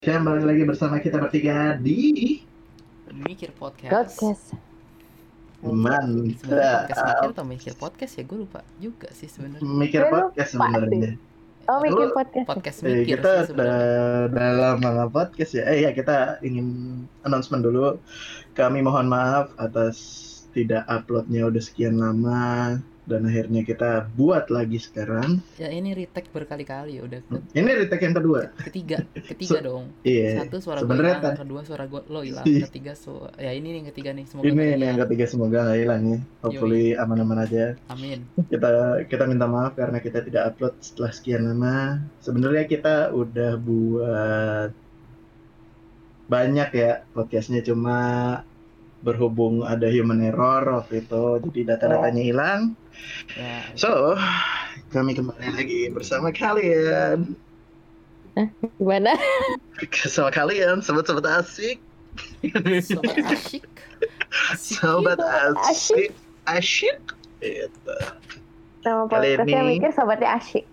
Kembali lagi bersama kita bertiga di Mikir Podcast. Sebenarnya podcast mikir atau mikir podcast ya, gue lupa juga sih sebenarnya. Mikir podcast sebenarnya. Mikir podcast. Podcast mikir kita sih sebenarnya. dalam manga podcast ya. Ya kita ingin announcement dulu. Kami mohon maaf atas tidak uploadnya udah sekian lama dan akhirnya kita buat lagi sekarang. Ya ini retake berkali-kali udah. Ini retake yang kedua. Ketiga dong. Iya. Satu suara gue hilang, kedua suara lo hilang, ketiga ya ini nih yang ketiga nih. Semoga ini yang ketiga semoga nggak hilang ya. Hopefully aman-aman aja. Amin. Kita minta maaf karena kita tidak upload setelah sekian lama. Sebenarnya kita udah buat banyak ya podcastnya, cuma berhubung ada human error waktu itu, jadi data-datanya hilang. Ya, so, kami kembali lagi bersama kalian. Gimana? Bersama kalian, sobat-sobat asik. Sobat asyik. Sobat asyik. Asyik. Itu. Nama podcastnya mikir sobatnya asyik.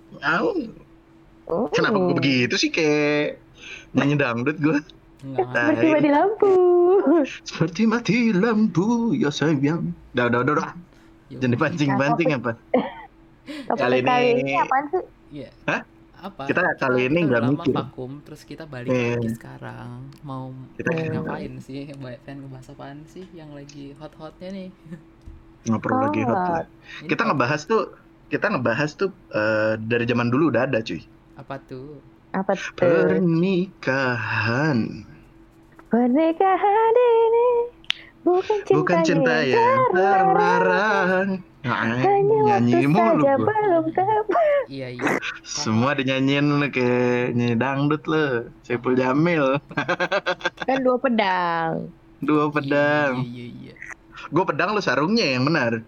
Kenapa gue begitu sih, kayak nyanyi dangdut gue? Seperti mati lampu. Seperti mati lampu, ya sayang. Udah. Jangan dipancing-pancing apa? Kali ini apaan sih? Iya. Hah? Apa? Kita kali ini nggak mikir. Vakum, terus kita balik lagi sekarang. Mau ngapain sih? Pengen ngebahas apaan sih yang lagi hot-hotnya nih? Nggak perlu lagi hot. Kita ngebahas tuh dari zaman dulu udah ada, cuy. Apa tuh? Pernikahan ini bukan cinta yang terlarang. Nyanyi mulu belum tepat. Iya. Semua dinyanyiin kayak nyanyi dangdut lo. Saiful Jamil. Kan dua pedang. Iya. Gue pedang, lo sarungnya yang benar.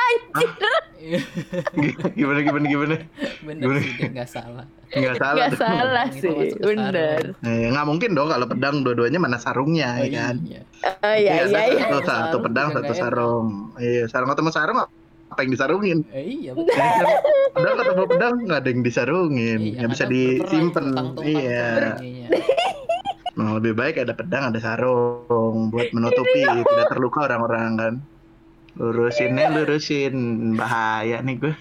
Gimana? Bener sih, nggak salah. Nggak salah sih, bener. Nggak mungkin dong kalau pedang dua-duanya mana sarungnya, ya kan? Iya. Satu pedang, satu sarung. Iya, sarung ketemu sarung apa yang disarungin? Iya betul. Pedang ketemu pedang nggak ada yang disarungin, nggak bisa disimpan. Iya. Nah, lebih baik ada pedang, ada sarung buat menutupi tidak terluka orang-orang kan. Lurusin, bahaya nih gue.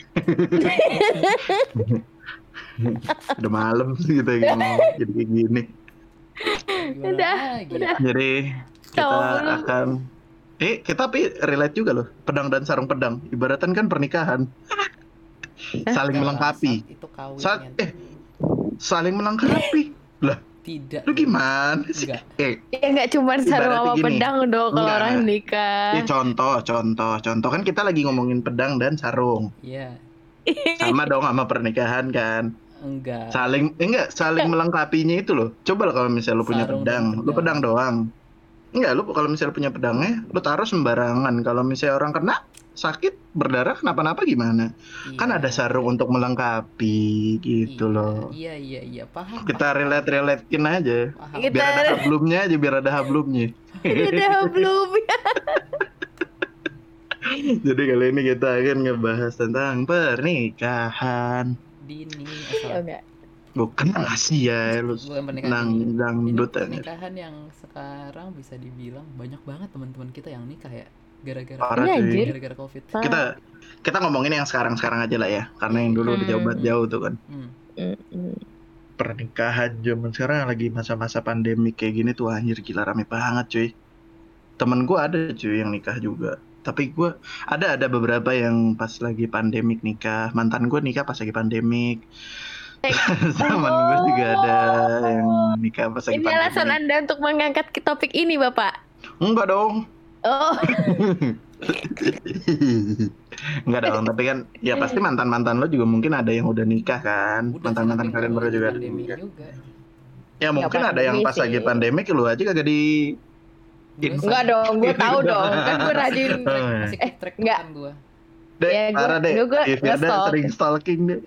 Udah malam sih kita jadi kayak gini. Udah. Jadi kita akan kita relate juga loh, pedang dan sarung pedang. Ibaratan kan pernikahan. Saling melengkapi. Itu kawin. Saling melengkapi. Lah, tidak. Lu gimana sih? Nggak cuma sarung sama pedang dong kalau orang nikah. Contoh kan kita lagi ngomongin pedang dan sarung. Iya. Sama dong sama pernikahan kan. Enggak. Saling melengkapinya itu loh. Coba lah kalau misalnya lu punya pedang, lu pedang doang. Enggak, lu kalau misalnya punya pedangnya, lu taruh sembarangan. Kalau misalnya orang kena sakit, berdarah, kenapa-napa gimana? Iya. Kan ada sarung untuk melengkapi gitu loh. Iya, paham. Kita relate-relatein aja. Paham. Biar ada hablumnya aja, Biar ada hablumnya. Jadi kali ini kita akan ngebahas tentang pernikahan dini. Bukan sih ya, lu dangdut. Pernikahan yang sekarang bisa dibilang banyak banget teman-teman kita yang nikah ya. Gara-gara COVID. Kita ngomongin yang sekarang aja lah ya, karena yang dulu udah jauh tuh kan. Pernikahan zaman sekarang lagi masa-masa pandemi kayak gini tuh anjir, gila rame banget cuy. Temen gue ada cuy yang nikah juga. Tapi gue ada beberapa yang pas lagi pandemik nikah. Mantan gue nikah pas lagi pandemik. Temen gue juga ada yang nikah pas lagi pandemik. Ini alasan Anda untuk mengangkat ke topik ini, Bapak? Enggak dong. Enggak dong, tapi kan ya pasti mantan-mantan lo juga mungkin ada yang udah nikah kan. Mantan-mantan kalian baru juga ada nikah. Ya mungkin ada yang pas lagi pandemik lu aja kagak di enggak dong, gue tahu dong. Kan gue rajin enggak gue. Parah deh. Firda sering stalking deh.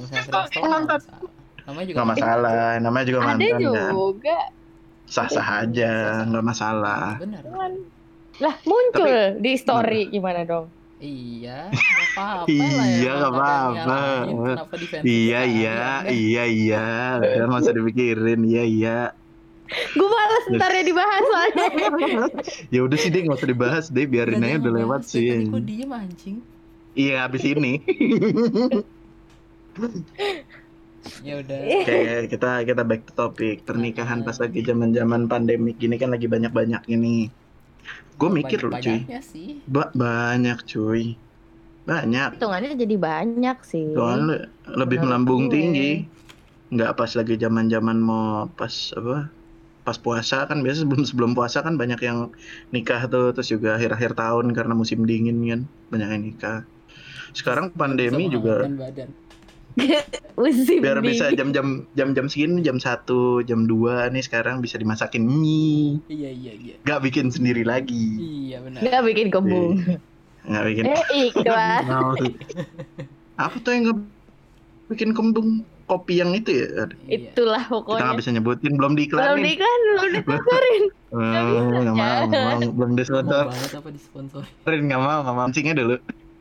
Namanya juga mantan. Ada juga. Sah-sah aja, enggak masalah. Benar. Lah muncul di story gimana dong? Iya, nggak apa-apa. Iya. Udah nggak usah dipikirin. Iya. Gue males ntar ya dibahas soalnya. Ya udah sih deh, nggak usah dibahas deh, biarin aja udah lewat sih. Tadi gue diem anjing. Iya abis ini. Ya udah. Oke, kita back to topik pernikahan pas lagi zaman pandemik gini kan lagi banyak ini. Gue mikir loh cuy. Banyaknya sih. Banyak cuy. Banyak. Hitungannya jadi banyak sih. Soalnya lebih melambung tinggi. Nggak pas lagi zaman mau pas puasa kan, biasa sebelum puasa kan banyak yang nikah tuh, terus juga akhir tahun karena musim dingin kan banyak yang nikah. Sekarang pandemi juga biar bisa jam segini, jam 1, jam 2 nih sekarang bisa dimasakin mie. Iya. Gak bikin sendiri lagi. Iya benar. Gak bikin kembung. Gak bikin. Iklan. Apa tuh yang gak bikin kembung? Kopi yang itu ya? Itulah pokoknya. Kita gak bisa nyebutin, belum diiklanin. Belum disponsorin. Gak mau, belum disponsor. Mau banget apa disponsorin? Gak mau, mancingnya dulu.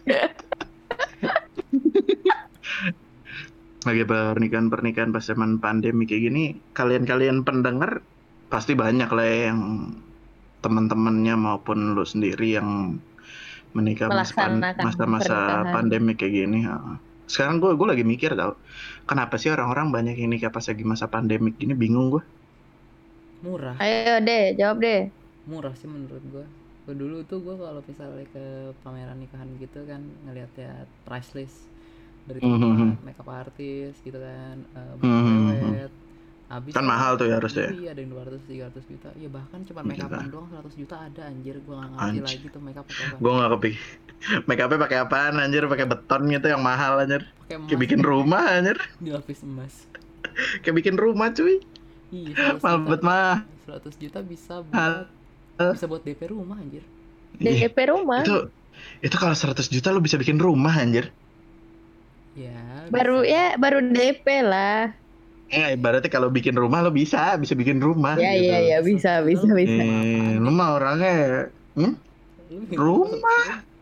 Lagi pernikahan pas zaman pandemi kayak gini, kalian pendengar pasti banyak lah ya yang teman-temannya maupun lu sendiri yang menikah masa-masa pandemi kayak gini. Sekarang gue lagi mikir tau, kenapa sih orang-orang banyak yang nikah pas lagi masa pandemik gini, bingung gue. Murah. Ayo deh, jawab deh. Murah sih menurut gue. Dulu tuh gue kalau misalnya ke pameran nikahan gitu kan ngeliat ya price list dari tempat makeup artis gitu kan, cewek habis kan mahal tuh ya harusnya. Iya, ada yang 200-300 juta. Iya, bahkan cuma makeupan doang 100 juta ada anjir. Gue gak ngerti lagi tuh makeup apa. Gue gak kepikir makeupnya pakai apaan anjir, pakai beton gitu yang mahal anjir. Kayak bikin rumah anjir. Dilapis emas. Kayak bikin rumah cuy. Iya, mahal bet mah. 100 juta bisa buat DP rumah anjir. DP rumah. Itu kalau 100 juta lu bisa bikin rumah anjir. Ya, baru DP lah. Ibaratnya kalau bikin rumah lo bisa bikin rumah. Iya, bisa. Lu mah orangnya rumah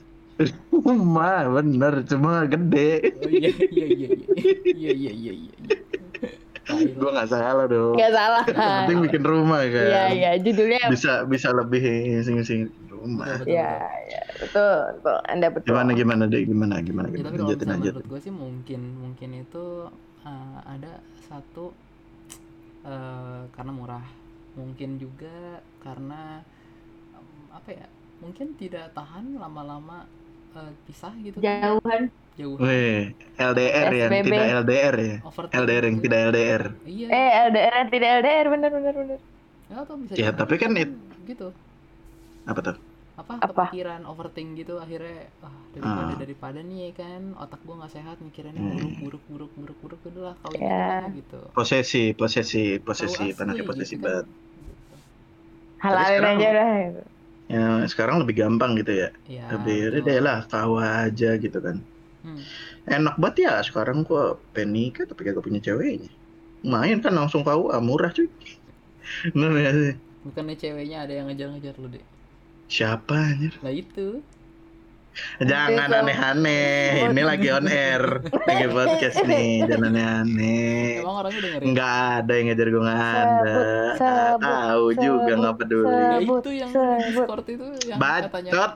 bener, cuma gede. Oh iya. Gue nggak salah dong. Nggak salah. Penting bikin rumah kan. Iya, judulnya bisa lebih sing rumah. Iya, betul. Anda betul. Gimana deh, gimana? Ya, tapi kalau menurut gue sih mungkin itu ada satu karena murah, mungkin juga karena apa ya, mungkin tidak tahan lama-lama pisah gitu. Jauhan. Weh, LDR yang tidak LDR ya. LDR yang tidak LDR. Iya. LDR yang tidak LDR, benar. Ya, atau bisa ya tapi kan gitu. Apa tuh? Kepikiran overthink gitu, akhirnya daripada nih kan otak gua nggak sehat mikirannya buruk udahlah kawin aja gitu. Posesi panasnya posesi banget. Halalin aja dah. Ya sekarang lebih gampang gitu ya. Lebih deh lah tahu aja gitu kan. Enak banget ya sekarang gua pengen nikah tapi kagak punya ceweknya. Main kan langsung KUA, murah cuy. Bener ya sih. Bukannya ceweknya ada yang ngejar lu deh? Siapa anjir? Nah itu. Jangan aneh-aneh. Ini lagi on air, lagi podcast nih. Jangan aneh-aneh. Emang orangnya dengerin? Nggak ada yang ngejar gue, nggak ada. Tahu juga nggak peduli. Nah, itu yang Discord itu yang katanya. Bacot.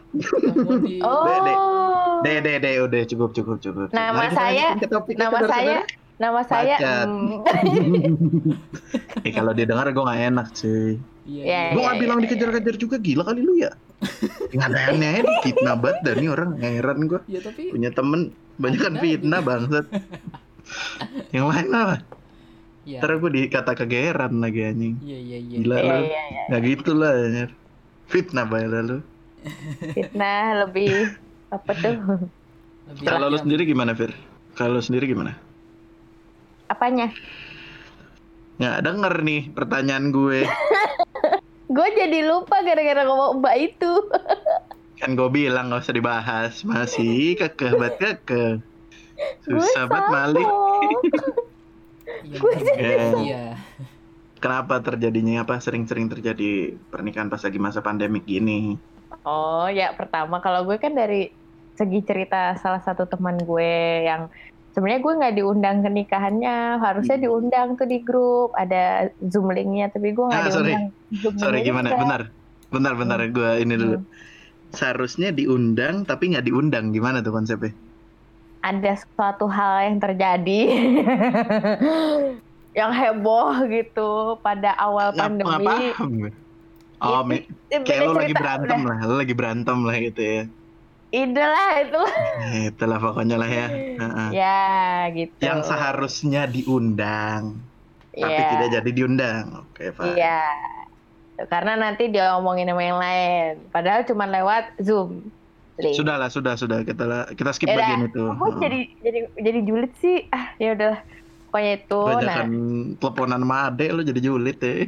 Deh, udah cukup. Nama saya. Kalau dia dengar gue nggak enak sih. Iya. Gue nggak bilang dikejar-kejar juga, gila kali lu ya. Nggak aneh-aneh, fitnah banget dan nih orang, heran gue. Ya, tapi punya temen banyak kan fitnah bangsat. Yang lain apa? Ya. Ntar gue dikata kegeeran lagi anjing. Iya. Gila lu. Nggak gitu lah anjir. Fitnah banget lu. Fitnah lebih apa tuh? Kalau lu sendiri gimana, Fir? Kalau sendiri gimana? Apanya? Nggak denger nih pertanyaan gue. Gue jadi lupa gara-gara ngomong mbak itu. Kan gue bilang gak usah dibahas. Masih kekeh. Susah banget Malik. Iya. Kenapa terjadinya sering-sering terjadi pernikahan pas lagi masa pandemik gini? Oh ya, pertama kalau gue kan dari segi cerita salah satu teman gue yang sebenarnya gue nggak diundang ke nikahannya, harusnya diundang tuh di grup, ada Zoom linknya, tapi gue nggak diundang. Sorry gimana? Bentar, gue ini dulu. Seharusnya diundang tapi nggak diundang, gimana tuh konsepnya? Ada suatu hal yang terjadi yang heboh gitu pada awal pandemi. Oh, kayak lo lagi berantem lah gitu ya. Itulah itu. Itulah pokoknya lah ya. Ya gitu. Yang seharusnya diundang, tapi tidak jadi diundang. Oke, Pak. Iya. Karena nanti dia ngomongin sama yang lain. Padahal cuma lewat Zoom. Sudah. Kita skip bagian itu. Aku jadi julid sih. Ya udah. Pokoknya itu. Banyakan teleponan sama adek lo jadi julid ya.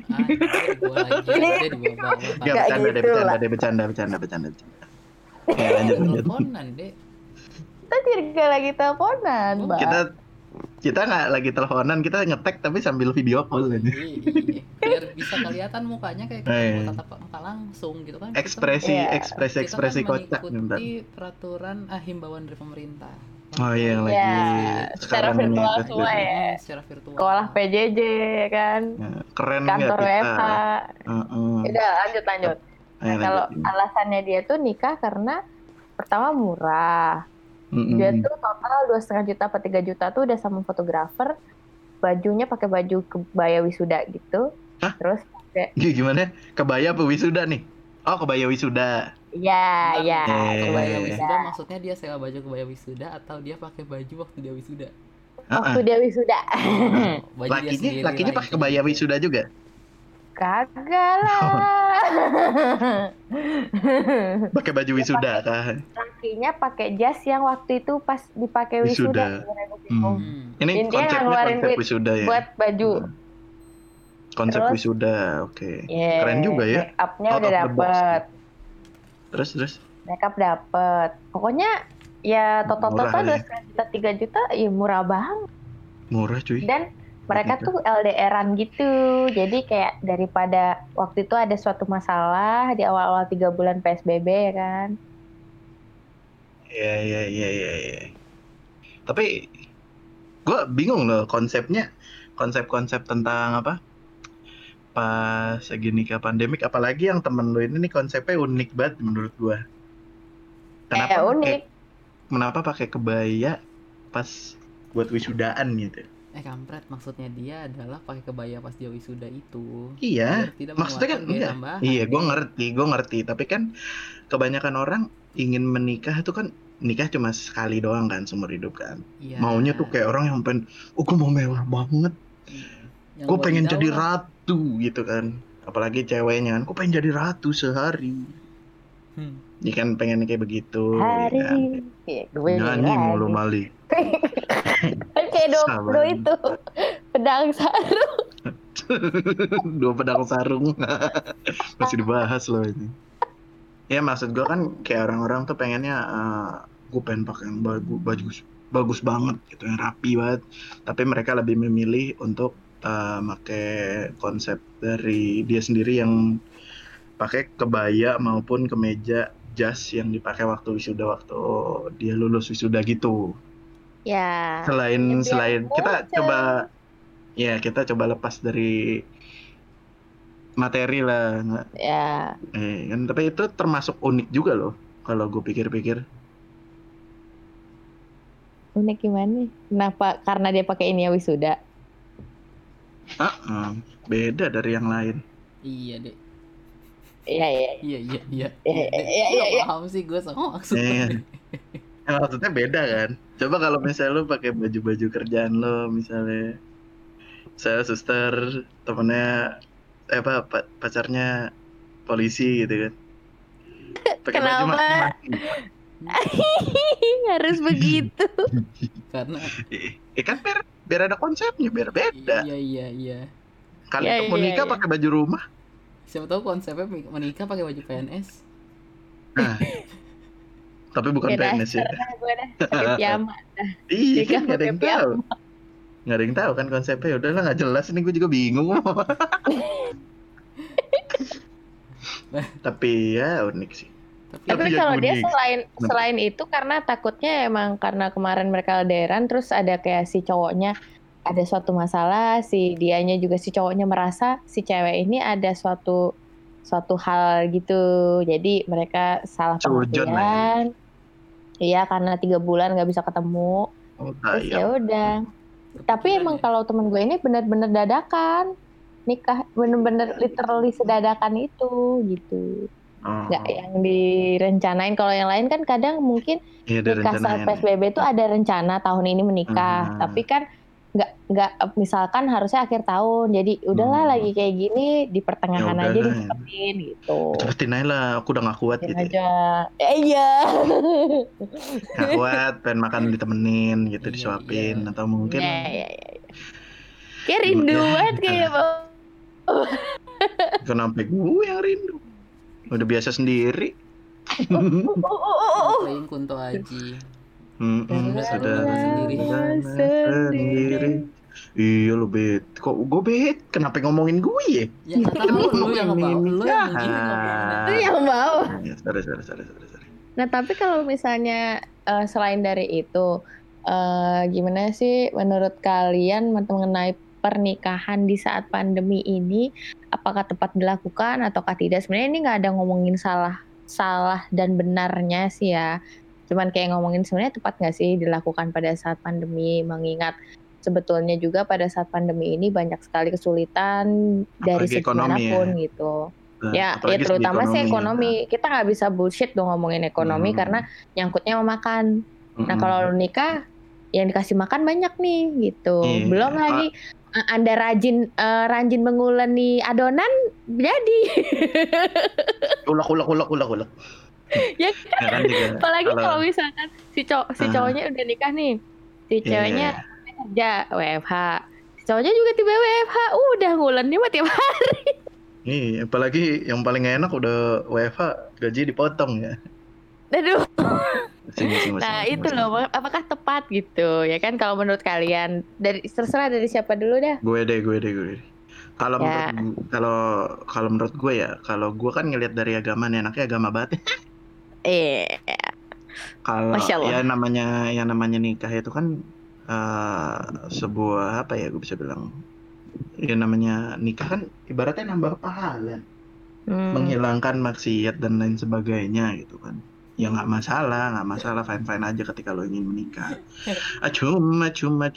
Bercanda. Ya, lanjut. Teleponan, Dek. Kita juga lagi teleponan, Mbak. Kita nggak lagi teleponan, kita ngetek tapi sambil video call aja. Biar bisa kelihatan mukanya kayak ketemu tatap muka langsung gitu kan. Ekspresi kocak. Kita kan mengikuti peraturan himbauan dari pemerintah. Oh iya, lagi secara virtual semua ya. Secara virtual. Sekolah PJJ kan. Keren kantor kita. WFH. Udah lanjut. Nah, kalau alasannya dia tuh nikah karena pertama murah. Dia tuh total 2,5 juta atau 3 juta tuh udah sama fotografer. Bajunya pakai baju kebaya wisuda gitu. Hah? Terus pakai gimana? Kebaya apa wisuda nih? Oh, kebaya wisuda. Iya. Kebaya wisuda maksudnya dia sewa baju kebaya wisuda atau dia pakai baju waktu dia wisuda? Waktu dia wisuda. Lakinya pakai kebaya wisuda juga? Kagak lah. Pakai baju wisuda kah? Lakinya pakai jas yang waktu itu pas dipakai wisuda. Ini konsep wisuda ya. Buat baju. Konsep wisuda, oke. Keren juga ya. Make up-nya udah dapet. Terus? Make up dapet. Pokoknya ya total 2,5 juta 3 juta ya murah banget. Murah cuy. Dan mereka tuh LDR-an gitu. Jadi kayak daripada waktu itu ada suatu masalah di awal-awal 3 bulan PSBB ya kan. Iya. Tapi gue bingung loh konsep tentang apa? Pas lagi nikah pandemik, apalagi yang temen lu ini nih konsepnya unik banget menurut gue. Kenapa pakai kebaya pas buat wisudaan gitu? Kampret, maksudnya dia adalah pakai kebaya pas dia wisuda itu. Iya, maksudnya kan enggak. Iya, gue ngerti. Tapi kan kebanyakan orang ingin menikah itu kan nikah cuma sekali doang kan seumur hidup kan. Iya. Maunya tuh kayak orang yang pengen, gue mau mewah banget. Gue pengen jadi ratu gitu kan. Apalagi ceweknya kan, gue pengen jadi ratu sehari. Dia kan pengen kayak begitu. Hari. Ya, nyanyi mulu Mali. Kayak do itu pedang sarung. 2 pedang sarung. Masih dibahas loh ini. Ya maksud gue kan kayak orang-orang tuh pengennya gue pengen pakai yang bagus banget gitu, yang rapi banget. Tapi mereka lebih memilih untuk pakai konsep dari dia sendiri yang pakai kebaya maupun kemeja jas yang dipakai waktu dia lulus wisuda gitu. Ya. Selain kita coba lepas dari materi lah, nggak? Ya. Kan tapi itu termasuk unik juga loh kalau gue pikir-pikir. Unik gimana? Kenapa? Karena dia pakai ini ya wisuda. Beda dari yang lain. Iya deh. Iya. Paham sih gue sama maksudnya. Maksudnya beda kan. Coba kalau misalnya lo pakai baju-baju kerjaan lo, misalnya saya suster, temennya pacarnya polisi gitu kan. Pakai baju maki-maki. Harus begitu. Karena kan biar ada konsepnya, biar beda. Iya. Kali mau nikah pakai baju rumah. Siapa tahu konsepnya menikah pakai baju PNS. Nah, tapi bukan PNS ya. Pakai piyama. Iya, nggak ada yang tahu. Nggak ada yang tahu kan konsepnya. Udahlah, nggak jelas. Ini gue juga bingung. Tapi ya unik sih. Tapi kalau dia selain itu karena takutnya emang karena kemarin mereka LDRan terus ada kayak si cowoknya ada suatu masalah, si dianya juga si cowoknya merasa si cewek ini ada suatu hal gitu. Jadi mereka salah pengertian. Iya, karena 3 bulan nggak bisa ketemu. Terus ya udah. Tapi emang kalau temen gue ini benar-benar dadakan nikah, benar-benar literally sedadakan itu gitu. Nggak yang direncanain. Kalau yang lain kan kadang mungkin nikah saat PSBB itu ada rencana tahun ini menikah, tapi kan nggak misalkan harusnya akhir tahun, jadi udahlah lagi kayak gini di pertengahan aja dicepetin gitu. Cepetin aja lah, aku udah nggak kuat gitu. Iya. Nggak kuat, pengen makan ditemenin gitu, disuapin atau mungkin. Iya. Kayak rindu banget kayak Kenapa gue yang rindu? Udah biasa sendiri. Playing Kunto Aji. Sudah sendiri. Iya lo bet. Kok gue bet? Kenapa ngomongin gue ya? Ya kan lu yang mau. Sorry. Nah tapi kalau misalnya selain dari itu, gimana sih menurut kalian mengenai pernikahan di saat pandemi ini? Apakah tepat dilakukan ataukah tidak? Sebenarnya ini nggak ada ngomongin salah dan benarnya sih ya. Cuman kayak ngomongin sebenarnya tepat nggak sih dilakukan pada saat pandemi, mengingat sebetulnya juga pada saat pandemi ini banyak sekali kesulitan dari segi manapun gitu. Ya terutama sih ekonomi. Kita nggak bisa bullshit dong ngomongin ekonomi karena nyangkutnya mau makan. Nah kalau nikah yang dikasih makan banyak nih gitu. Belum lagi Anda rajin menguleni adonan jadi. Ulek. Ya kan apalagi kalau misalkan si cowoknya udah nikah nih, si ceweknya kerja WFH, si cowoknya juga tiba WFH, udah ngulennya mah tiap hari. Apalagi yang paling enak udah WFH gaji dipotong ya. Aduh. Nah itu loh, apakah tepat gitu ya kan kalau menurut kalian? Terserah dari siapa dulu dah. Gue deh. Kalau menurut gue ya, kalau gue kan ngelihat dari agama nih, anaknya agama banget. Kalau ya namanya nikah itu kan sebuah apa ya gue bisa bilang, ya namanya nikah kan ibaratnya nambah pahala, menghilangkan maksiat dan lain sebagainya gitu kan. Ya nggak masalah, fine aja ketika lo ingin menikah. Cuma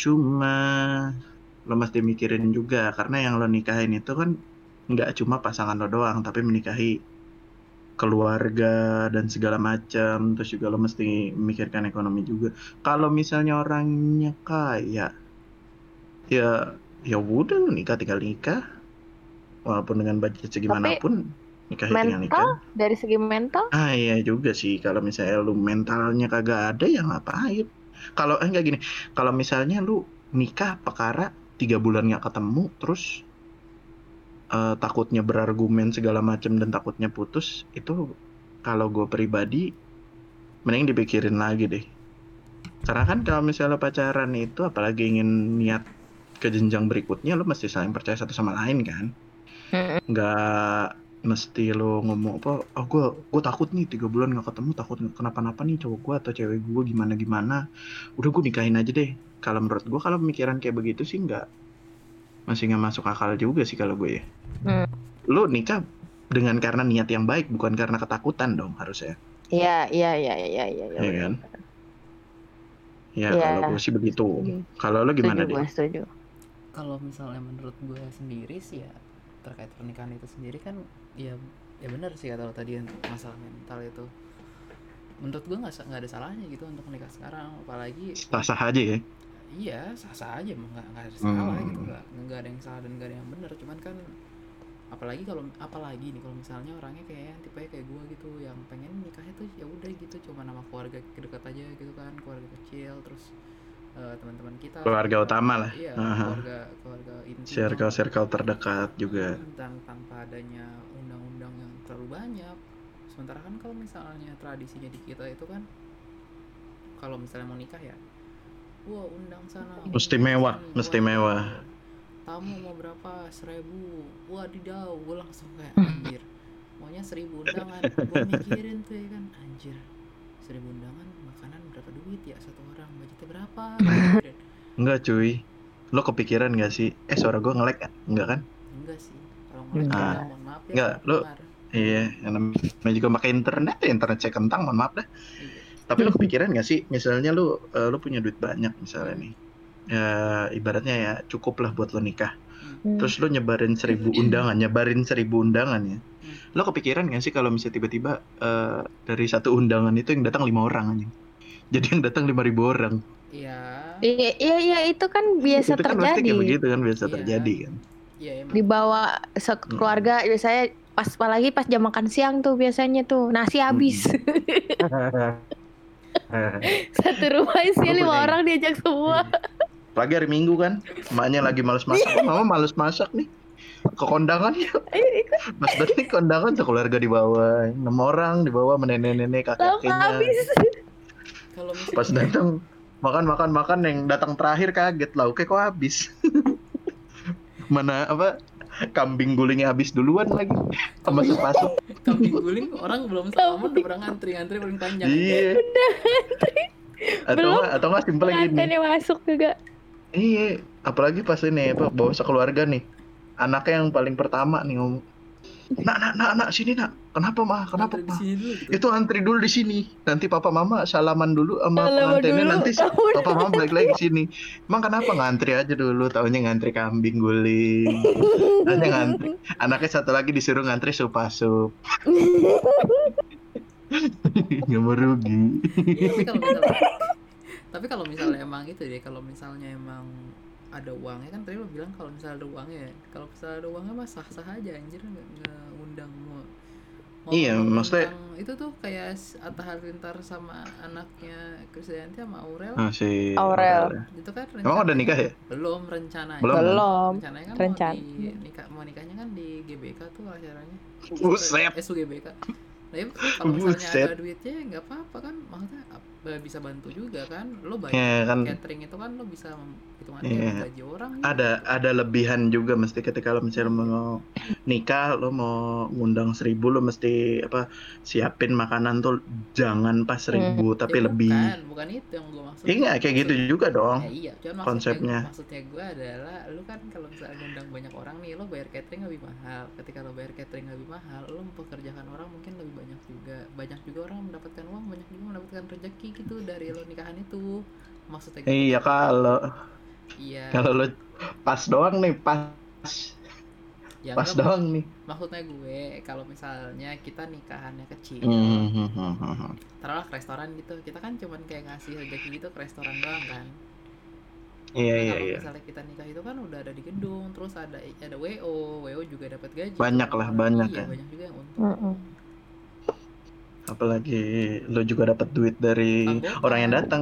lo mesti mikirin juga karena yang lo nikahin itu kan nggak cuma pasangan lo doang, tapi menikahi keluarga dan segala macam. Terus juga lo mesti memikirkan ekonomi juga. Kalau misalnya orangnya kaya, ya udah lo tinggal nikah, walaupun dengan budget segimanapun. Nikah tinggal nikah. Dari segi mental? Iya juga sih. Kalau misalnya lu mentalnya kagak ada ya ngapain? Kalau enggak gini, kalau misalnya lu nikah perkara 3 bulan nggak ketemu, terus takutnya berargumen segala macam dan takutnya putus, itu kalau gue pribadi mending dipikirin lagi deh. Karena kan kalau misalnya pacaran itu apalagi ingin niat ke jenjang berikutnya, lo mesti saling percaya satu sama lain kan. Nggak mesti lo ngomong apa, gue takut nih 3 bulan nggak ketemu, takut kenapa-napa nih cowok gue atau cewek gue gimana, udah gue nikahin aja deh. Kalau menurut gue kalau pemikiran kayak begitu sih masih nggak masuk akal juga sih kalau gue ya. Lo nikah dengan karena niat yang baik, bukan karena ketakutan dong harusnya. Iya kan? Ya kalau gue sih begitu. Kalau lo gimana deh? Setuju. Kalau misalnya menurut gue sendiri sih ya, terkait pernikahan itu sendiri kan ya benar sih kata lo tadi, masalah mental itu menurut gue nggak ada salahnya gitu untuk menikah sekarang, apalagi sah-sah aja ya. Iya sah-sah aja, nggak ada salah gitu, nggak ada yang salah dan nggak ada yang benar. Cuman kan apalagi nih kalau misalnya orangnya kayak tipe kayak gue gitu, yang pengen nikahnya tuh ya udah gitu cuma nama keluarga dekat aja gitu kan, keluarga kecil, terus teman-teman kita, keluarga utama lah. Iya, keluarga inti, circle terdekat juga, dan tanpa adanya undang-undang yang terlalu banyak. Sementara kan kalau misalnya tradisinya di kita itu kan kalau misalnya mau nikah ya undang sana mesti mewah. Tamu mau berapa, 1.000, wadidaw, gue langsung kayak anjir, maunya 1000 undangan. Gue mikirin tuh ya kan, anjir 1000 undangan makanan berapa duit ya satu orang, budgetnya berapa. Enggak cuy, lo kepikiran gak sih? Suara gue nge-lag kan? Enggak kan? Enggak sih, kalau nge-lag mohon maaf ya. Enggak, lo iya, namanya juga pakai internet saya kentang, mohon maaf dah. Iya. Tapi lo kepikiran gak sih, misalnya lo punya duit banyak misalnya nih, ya ibaratnya ya cukup lah buat lo nikah. Terus lo nyebarin 1000 undangan ya. Lo kepikiran gak sih kalau misalnya tiba-tiba dari satu undangan itu yang datang 5 orang aja. Jadi yang datang 5.000 orang. Iya itu kan biasa itu kan terjadi. Pasti kayak begitu kan biasa terjadi kan. Iya, dibawa keluarga biasanya apalagi pas jam makan siang tuh biasanya tuh nasi habis. Satu rumah isinya 5 orang diajak semua. Pagi hari Minggu kan, emaknya lagi malas masak, mama malas masak nih. Ke kondangannya. Mas Dani kondangan sekeluarga dibawa, 6 orang dibawa nenek-nenek kakek-kakeknya. Pas datang makan yang datang terakhir kaget, lauknya kok habis. Mana kambing gulingnya habis duluan lagi sama sepasuk. Kambing guling orang belum salaman udah pernah ngantri paling panjang. Iya. Atau nggak simpel gini. Pengantinnya masuk juga. Iya, apalagi pas ini bawa sekeluarga nih. Anaknya yang paling pertama nih ngomong, nak sini nak. Kenapa mah? Kenapa mah? Itu antri dulu di sini. Nanti papa mama salaman dulu sama pengantinnya, nanti papa mama balik lagi ke sini. Emang kenapa ngantri aja dulu? Taunya ngantri kambing guling. Taunya ngantri. Anaknya satu lagi disuruh ngantri sup-sup. Nggak mau rugi. Tapi kalau misalnya emang itu deh, kalau misalnya emang ada uangnya kan tadi lo bilang kalau misalnya ada uangnya, kalau misalnya ada uangnya mah sah-sah aja anjir nggak undang mau iya maksudnya itu tuh kayak Atta Halilintar sama anaknya Krisdayanti sama Aurel. Si Aurel itu kan emang udah nikah ya? Belum rencananya. Rencananya kan mau nikahnya kan di GBK tuh acaranya. Buset. SUGBK. Nah, kalau misalnya ada duitnya nggak apa-apa kan, maksudnya bisa bantu juga kan, lo bayar catering itu kan lo bisa hitungannya gaji orang. Ada lebihan juga mesti ketika lo misalnya mau nikah, lo mau ngundang 1000 lo mesti siapin makanan tuh jangan pas 1000 tapi lebih. Bukan itu yang gue maksud. Iya kayak gitu juga dong. Iya, konsepnya. Maksudnya gue adalah lo kan kalau misalnya ngundang banyak orang nih, lo bayar catering lebih mahal. Ketika lo bayar catering lebih mahal, lo mempekerjakan orang mungkin lebih banyak juga orang mendapatkan uang, banyak juga mendapatkan rezeki gitu dari lo nikahan itu, maksudnya gitu. Iya kalau lo pas doang nih ya, pas doang nih maksudnya gue kalau misalnya kita nikahannya kecil taruhlah ke restoran gitu, kita kan cuman kayak ngasih rezeki gitu ke restoran doang kan. Kalau misalnya kita nikah itu kan udah ada di gedung, terus ada WO juga dapat gaji banyak lah, banyak kan. Banyak juga yang untung. Apalagi lo juga dapat duit dari orang yang datang.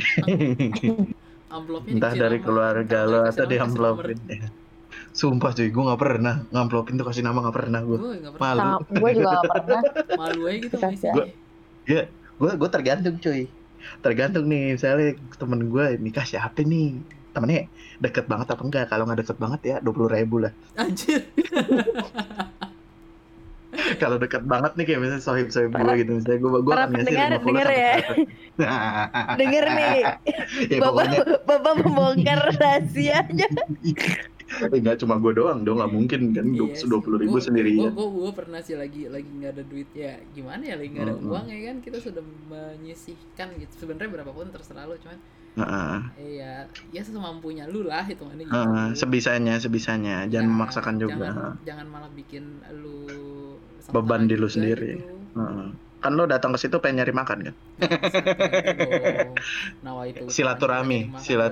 Entah dari keluarga lo atau di amplopin. Sumpah cuy, gue nggak pernah ngamplopin tuh kasih nama, nggak pernah gue. Malu. Gue juga nggak pernah. Malu aja gitu. Gue tergantung cuy. Tergantung nih, misalnya temen gue nikah siapa nih, temennya deket banget apa enggak. Kalau nggak deket banget ya 20.000 lah. Anjir. Kalau dekat banget nih kayak misalnya sohib-sohib gue gitu, misalnya gue akan ngasih 50 denger ya. Denger nih. Ya, Bapak membongkar rahasianya. Enggak cuma gue doang dong, nggak mungkin kan 20.000 sendirian. Gue pernah sih lagi nggak ada duit ya, gimana ya, lagi nggak ada uang ya kan, kita sudah menyisihkan gitu. Sebenarnya berapapun terserah lo, cuman ya semampunya lu lah hitungannya gitu. Sebisanya jangan memaksakan juga. Jangan malah bikin lu beban di lu sendiri gitu. Kan lo datang ke situ pengen nyari makan kan. Silaturahmi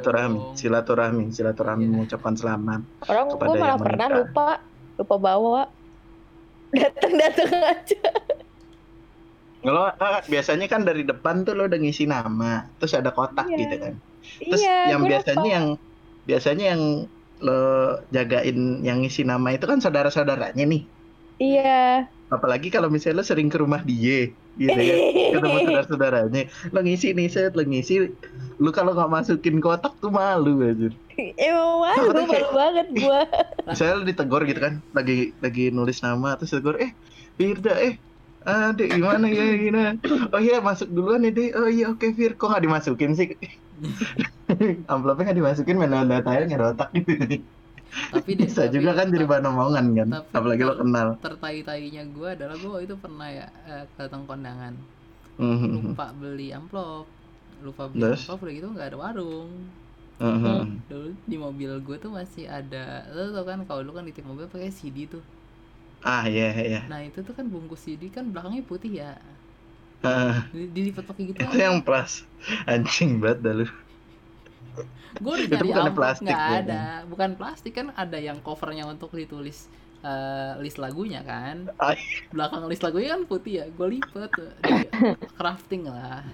mengucapkan selamat. Orang gue malah pernah lupa bawa, datang aja. Kalau biasanya kan dari depan tuh lo udah ngisi nama, terus ada kotak gitu kan. Terus biasanya yang lo jagain yang ngisi nama itu kan saudara-saudaranya nih. Iya. Apalagi kalau misalnya lo sering ke rumah dia, gitu ya, ketemu saudara-saudaranya, lo ngisi nih, lo ngisi, lo kalau nggak masukin kotak tuh malu aja. Emang malu banget gue. Misalnya lo ditegur gitu kan, lagi nulis nama, terus ditegur, Firda, Dek gimana ya gini? Oh iya masuk duluan ya Dek. Oh iya oke Fir, kok nggak dimasukin sih? Amplopnya nggak dimasukin, main datanya ngerotak gitu. Tapi bisa juga kan jadi bahan omongan kan, apalagi lo kenal. Tertai-tainya gue adalah gue itu pernah ya datang kondangan, lupa beli amplop udah gitu nggak ada warung. Dulu di mobil gue tuh masih ada, lo tau kan kalau lu kan di mobil pakai CD tuh. Iya. Nah itu tuh kan bungkus CD kan belakangnya putih ya. Dilipat pakai gitu. Itu yang plus, anjing banget dah lu. Gue udah nyari amplop nggak ada, bukan plastik kan, ada yang covernya untuk ditulis list lagunya kan. Belakang list lagunya kan putih ya, gue lipet, crafting lah.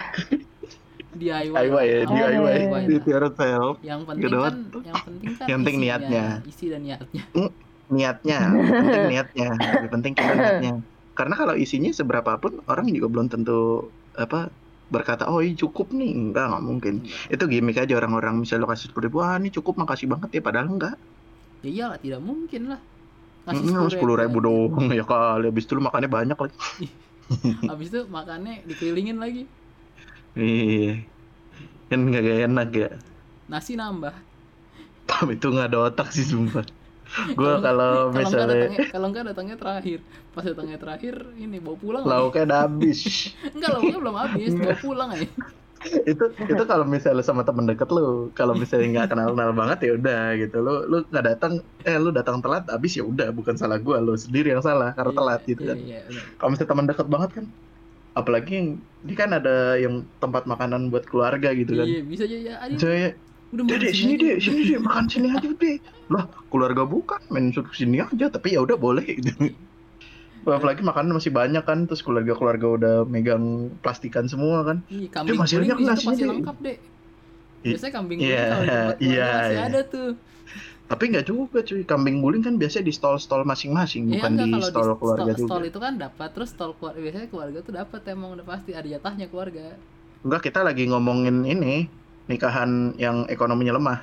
DIY di tiara self. Yang penting kan niatnya, isi dan niatnya. Lebih penting niatnya. Karena kalau isinya seberapapun orang juga belum tentu berkata cukup nih, nggak mungkin. Itu gimmick aja orang-orang. Misalnya lo kasih 10.000, ini cukup makasih banget ya, padahal enggak. Ya iyalah, tidak mungkin lah ngasih 10.000 doang ya kali, habis itu lo makannya banyak lagi. Habis itu makannya dikelilingin lagi. Iya kan nggak enak ya, nasi nambah. Tapi itu nggak ada otak sih sumpah. Gue kalau misalnya kalau nggak datangnya terakhir, pas datangnya terakhir ini bawa pulang lauknya udah habis. Enggak, lauknya belum habis, bawa pulang aja. itu kalau misalnya sama temen deket lu, kalau misalnya nggak kenal banget ya udah gitu, lu nggak datang, lu datang telat habis ya udah, bukan salah gue, lu sendiri yang salah karena telat gitu kan. Kalau misalnya temen deket banget kan, apalagi yang ini kan ada yang tempat makanan buat keluarga gitu kan. Iya bisa aja ya. Udah sini deh, makan sini aja deh. Lah, keluarga bukan, main suruh sini aja, tapi ya udah boleh gitu. Apalagi makanan masih banyak kan, terus keluarga udah megang plastikan semua kan. Iya, kambing masih banyak nasi masih lengkap deh. Biasanya kambing guling kalau di tempat keluarga masih ada tuh. Tapi nggak juga cuy, kambing guling kan biasanya di stall masing-masing, bukan di stall keluarga juga. Stall itu kan dapat, terus stall keluarga biasanya keluarga tuh dapat, emang udah pasti ada jatahnya keluarga. Enggak, kita lagi ngomongin ini nikahan yang ekonominya lemah.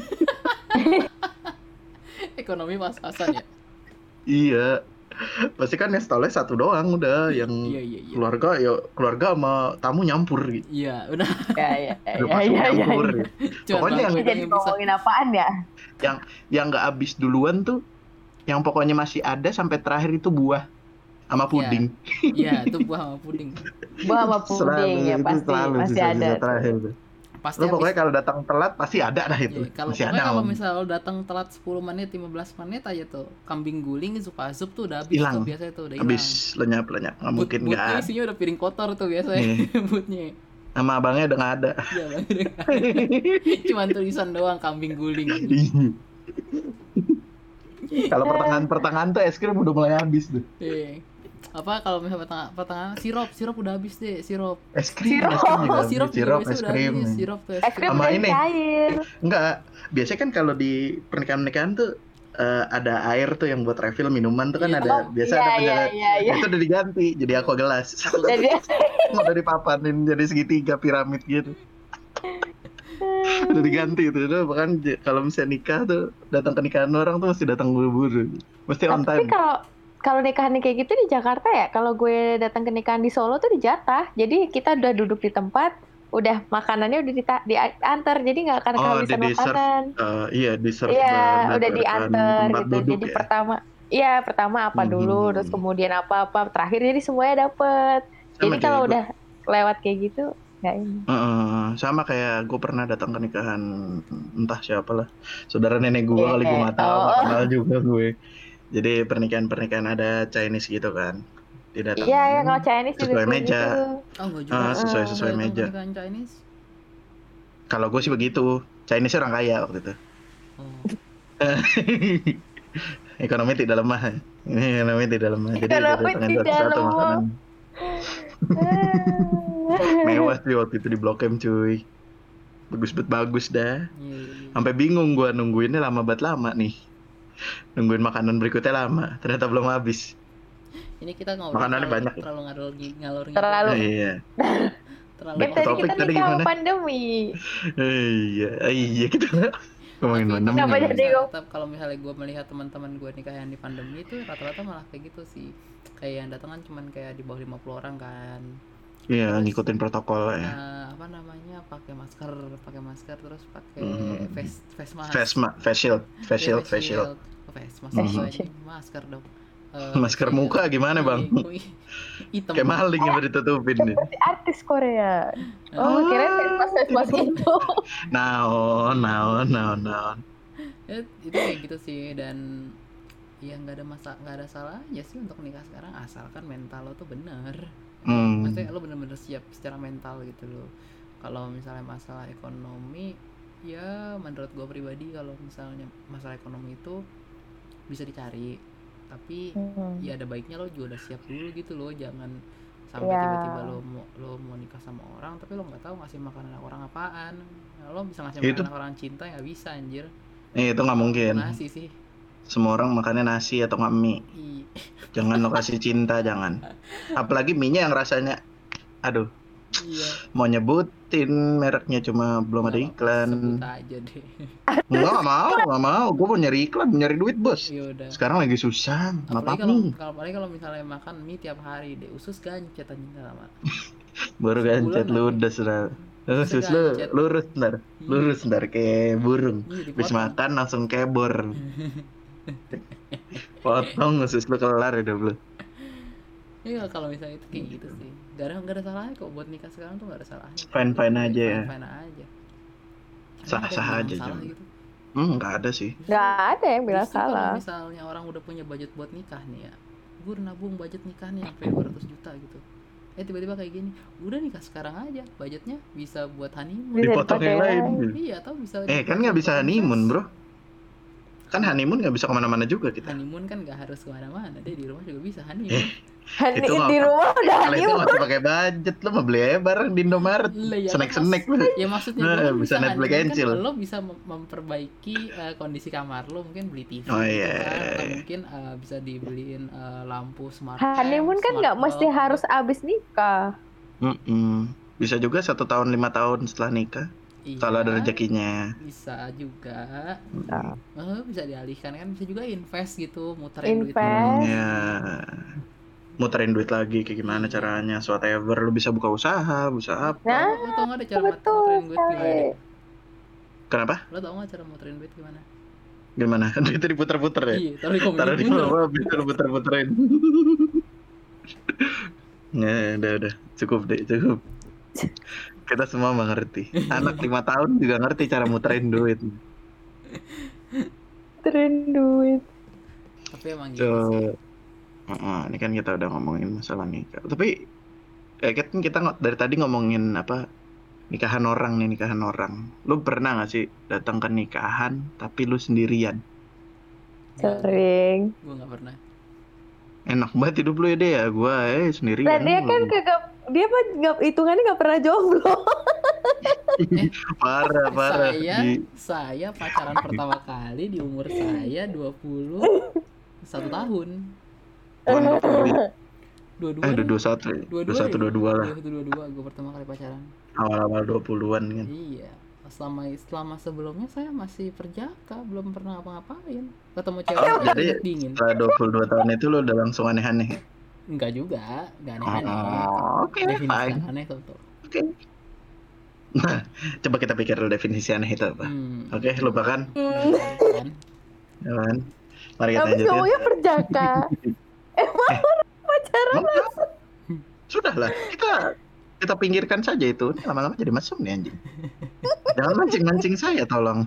Ekonomi pas-pasan ya. Iya, pasti kan yang stallnya satu doang udah, yang keluarga sama tamu nyampur gitu. Iya, udah. Iya. Nyampur. Pokoknya yang jadi ngomongin apaan ya? Yang nggak habis duluan tuh, yang pokoknya masih ada sampai terakhir itu buah sama puding. Iya, itu buah sama puding. Buah sama puding ya pasti masih ada. Terakhir tuh. Pasti lo pokoknya kalau datang telat pasti ada dah itu. Kalau misal datang telat 10 menit 15 menit aja tuh, kambing guling sup tuh udah habis tuh biasanya tuh, udah hilang. Habis lenyap. Enggak mungkin enggak. Butnya isinya udah piring kotor tuh biasanya. Butnya. Sama abangnya udah enggak ada. Iya, abangnya. Cuman tulisan doang kambing guling. Kalau pertengahan tuh es krim udah mulai habis tuh. Iya. Apa kalau misalnya pertengahan sirup udah habis deh, sirup. Es krim sama ini. Enggak, biasanya kan kalau di pernikahan tuh ada air tuh yang buat refill minuman tuh kan ada penjaga. Itu udah diganti jadi aqua gelas. Udah dipapanin jadi segitiga piramid gitu. Udah diganti itu. Bahkan kalau misalnya nikah tuh, datang ke nikahan orang tuh mesti datang buru-buru. Mesti on time. Tapi kalau nikahan kayak gitu di Jakarta ya, kalau gue datang ke nikahan di Solo tuh dijatah. Jadi kita udah duduk di tempat, udah makanannya udah diantar, jadi nggak akan kehabisan makanan. Di-serve. Iya, udah diantar gitu. Jadi pertama apa dulu, terus kemudian apa, terakhir jadi semuanya dapet. Jadi kalau udah lewat kayak gitu, nggak ini. Sama kayak gue pernah datang ke nikahan entah siapa lah, saudara nenek gue kali, gue nggak tahu, kenal juga gue. Jadi pernikahan ada Chinese gitu kan. Iya, kalau Chinese sesuai meja. Gitu. Sesuai meja. Kalau gue sih begitu. Chinese orang kaya waktu itu. Ekonomi tidak lemah. Ini ekonomi tidak lemah. Jadi satu makanan. Mewah sih waktu itu di Blok M cuy. Bagus dah. Sampai bingung gue nungguinnya lama nih. Nungguin makanan berikutnya lama, ternyata belum habis. Ini kita makanannya banyak. Terlalu ngalor. Terlalu. Iya. Terlalu. Tadi kita nikah pandemi. Iya kita ngomongin pandemi. Tetap kalau misalnya gue melihat teman-teman gue nikah yang di pandemi itu rata-rata malah kayak gitu sih. Kayak yang datang kan cuman kayak di bawah 50 orang kan. Iya, ngikutin protokol ya. Apa namanya, pakai masker terus pakai face shield. Masker dong. Masker muka gimana bang? Hitam. Kayak maling yang ditutupin nih. Artis Korea. Kira face mask itu. Naon. Itu kayak gitu sih, dan ya nggak ada salahnya sih untuk nikah sekarang asalkan mental lo tuh bener. Maksudnya lo bener-bener siap secara mental gitu loh. Kalau misalnya masalah ekonomi, ya menurut gue pribadi kalau misalnya masalah ekonomi itu bisa dicari, tapi ya ada baiknya lo juga udah siap dulu gitu loh. Jangan sampai tiba-tiba lo mau nikah sama orang tapi lo nggak tahu ngasih makanan orang apaan. Lo bisa ngasih makanan orang cinta, nggak bisa anjir. Itu nggak mungkin. Nasi sih. Semua orang makannya nasi atau nggak mie. Jangan lo kasih cinta, jangan. Apalagi mie-nya yang rasanya, aduh. Iya. Mau nyebutin mereknya cuma belum ada iklan. Sebut aja deh. Nggak mau. Gue mau nyari iklan, nyari duit bos. Yaudah. Sekarang lagi susah. Apalagi kalau misalnya makan mie tiap hari deh, usus gancet anjing lama. Baru gancet ludes lah. Usus lu lurus ntar kayak burung. Habis makan langsung kebor. Potong usus lu kelar udah belum. Iya kalau misalnya itu kayak gitu sih, gak ada salahnya kok buat nikah sekarang tuh, gak ada salahnya. Fine aja ya. Fine aja. Sah aja gitu. Nggak ada sih. Nggak ada yang bilang salah. Kalau misalnya orang udah punya budget buat nikah nih ya, gue nabung budget nikah nih sampai 200 juta gitu. Tiba-tiba kayak gini, udah nikah sekarang aja, budgetnya bisa buat honeymoon. Dipotong yang lain. Iya, atau bisa. Kan nggak bisa honeymoon bro. Kan honeymoon nggak bisa kemana-mana juga kita. Honeymoon kan nggak harus kemana-mana, deh di rumah juga bisa honeymoon. Itu di rumah udah honeymoon. Kalau itu masih pakai budget, lo mau beli barang di Indomaret, snack lo. Ya maksudnya bisa Netflix and chill. Lo bisa memperbaiki kondisi kamar lo, mungkin beli TV, atau mungkin bisa dibeliin lampu smart. Honeymoon kan nggak mesti harus abis nikah. Bisa juga 1 tahun 5 tahun setelah nikah. Iya, kalau ada rezekinya bisa juga. Bisa dialihkan kan, bisa juga invest gitu, muterin duit. Muterin duit lagi kayak gimana caranya, whatever. Lu bisa buka usaha apa. Lo tau gak ada cara muterin duit gimana? Kenapa? Lo tau gak cara muterin duit gimana? Gimana? Duitnya diputer-puter ya? Iya, taruh di bawah, bisa puter-puterin. Udah cukup. Kita semua mengerti. Anak 5 tahun juga ngerti cara muterin duit. Tapi emang gitu sih. Ini kan kita udah ngomongin masalah nikah. Tapi kan kita dari tadi ngomongin apa, nikahan orang. Lu pernah gak sih datang ke nikahan tapi lu sendirian? Sering. Gue gak pernah. Enak banget hidup lu ya deh ya. Gue sendirian. Nah dia kan dia mah hitungannya nggak pernah jomblo. Parah. Saya pacaran pertama kali di umur saya 21 tahun. 21 lah. 22 gue pertama kali pacaran. Awal 20-an kan. Iya. Selama sebelumnya saya masih perjaka, belum pernah apa-ngapain. Ketemu cewek jadi dingin. Setelah 22 tahun itu lo udah langsung aneh-aneh. Enggak juga, enggak aneh-aneh. Oke, fine. Aneh tuh. Oke. Nah, coba kita pikir dulu definisi aneh itu apa. Oke, lupakan. Jangan. Mari kita lanjutkan. Cowoknya perjaka. Emang pacaran langsung. Sudahlah, kita pinggirkan saja itu. Lama-lama jadi mesum nih anjing. Jangan mancing-mancing saya, tolong.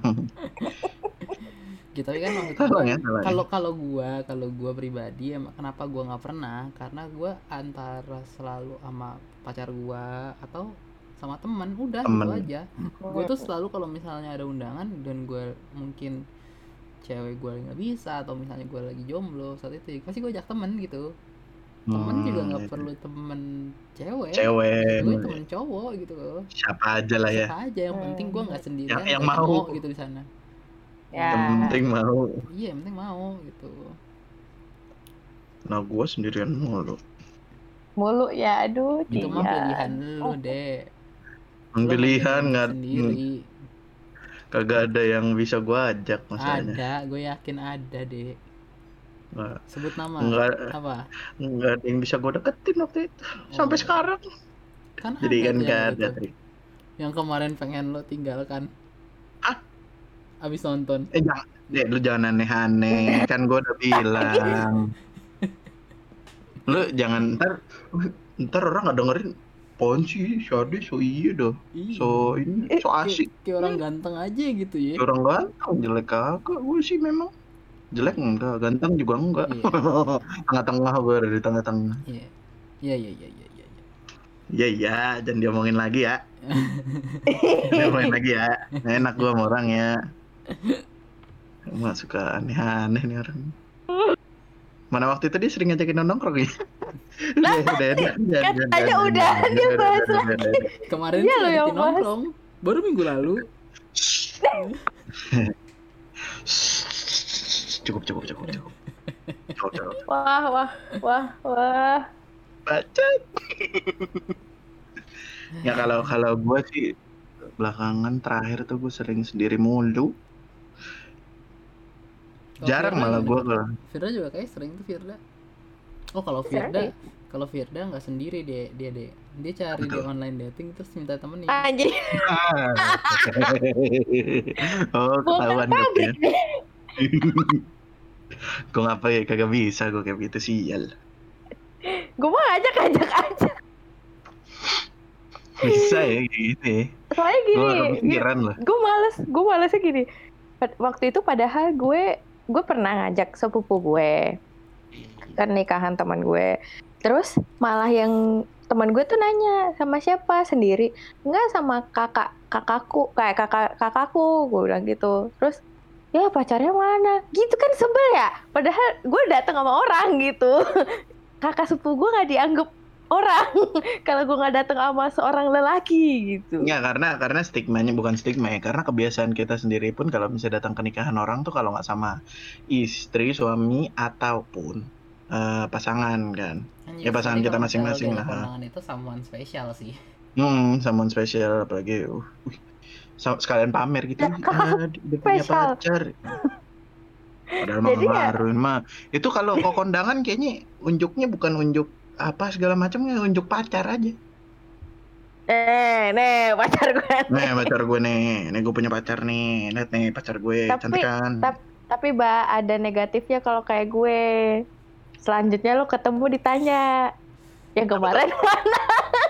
Gitu kan kalau gua pribadi kenapa gua nggak pernah, karena gua antara selalu sama pacar gua atau sama teman, udah gitu aja. Gua tuh selalu kalau misalnya ada undangan dan gua mungkin cewek gua nggak bisa atau misalnya gua lagi jomblo saat itu, pasti gua ajak temen gitu. Temen juga nggak perlu temen cewek, gue temen cowok gitu loh. Siapa aja lah ya. Siapa aja, yang penting gue nggak sendirian. Yang mau gitu di sana. Yang penting mau. Iya, yang penting mau gitu. Nah gue sendirian mulu ya, aduh. Itu mah pilihan lu deh. pilihan nggak sendiri. Kagak ada yang bisa gue ajak masalahnya. Ada, gue yakin ada deh. Nggak, sebut nama. Apa? Nggak ada yang bisa gue deketin waktu itu sampai sekarang. Kan jadi kan nggak ada. Yang kemarin pengen lo tinggalkan. Abis nonton. Lu jangan aneh-aneh. Kan gue udah bilang. Lu jangan ntar orang nggak dengerin. Apaan sih Syade so iya dah. So ini so asik. Kayak orang ganteng aja gitu ya. Orang ganteng jelek kagak. Gue sih memang jelek enggak, ganteng juga enggak. Tengah-tengah gue ada di tengah-tengah. Iya, jangan diomongin lagi ya. Diomongin lagi ya. Enak gue sama orang ya. Emang suka aneh-aneh nih orang. Mana waktu itu dia sering ngajakin nongkrong ya? Katanya udah dia bahas lagi. Kemarin dia ngajakin nongkrong. Baru minggu lalu. Cukup. Wah. Bacot. Ya kalau gue sih belakangan terakhir tuh gue sering sendiri mulu. Jarang malah gue kalau. Firda juga kayak sering tuh Firda. Oh kalau Firda nggak sendiri dia cari di online dating terus minta temenin. Anjir. Oh ketahuan gue ya. Gue ngapa ya kagak bisa gue kayak gitu sial. Gue mau ajak aja. Bisa ya gitu ya. Soalnya gini. Gue malesnya gini. Waktu itu padahal gue pernah ngajak sepupu gue ke nikahan teman gue. Terus malah yang teman gue tuh nanya sama siapa sendiri, enggak sama kakakku gue bilang gitu. Terus ya pacarnya mana? Gitu kan sebel ya. Padahal gue datang sama orang gitu. Kakak sepupu gue nggak dianggap orang kalau gue nggak datang sama seorang lelaki gitu. Ya karena stigmanya bukan stigma ya, karena kebiasaan kita sendiri pun kalau misalnya datang ke nikahan orang tuh kalau nggak sama istri, suami ataupun pasangan kan. Ya pasangan kita masing-masing lah. Kondangan itu someone spesial sih. Someone spesial apalagi sekalian pamer gitu. Dia punya pacar. Padahal mah ngaruhin mah. Itu kalau kondangan kayaknya unjuknya bukan unjuk apa segala macamnya, unjuk pacar aja. Pacar gue. Pacar gue nih gue punya pacar nih. Lihat nih pacar gue, cantik kan. Tapi ada negatifnya kalau kayak gue. Selanjutnya lo ketemu ditanya yang kemarin mana?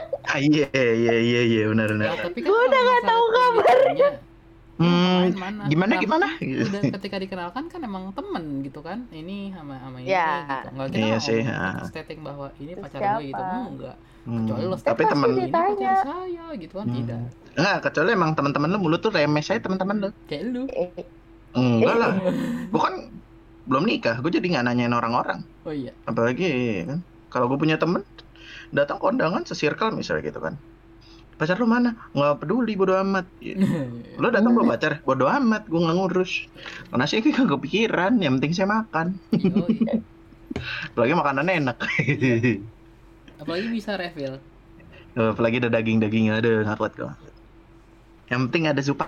Iya benar. Gue udah nggak tahu kabarnya. Gimana? Udah ketika dikenalkan kan emang temen gitu kan, ini sama ini gitu. Nggak kita stating bahwa ini pacar gue gitu, enggak. Kecuali lo tapi temen pacar saya gitu kan, tidak. Enggak, kecuali emang teman-teman lo mulut tuh remes saya teman-teman lo. Kayak lu. Enggak lah, bukan belum nikah, gue jadi nggak nanyain orang-orang. Oh iya. Apalagi kan, kalau gue punya temen datang kondangan se-circle misalnya gitu kan. Pacar lu mana? Nggak peduli, bodo amat. Lo datang bawa pacar, bodo amat, gue nggak ngurus. Karena sih gue nggak kepikiran, yang penting saya makan. Apalagi makanannya enak. Apalagi bisa refill. Apalagi ada daging-dagingnya, ada nggak kuat gue. Yang penting ada sup.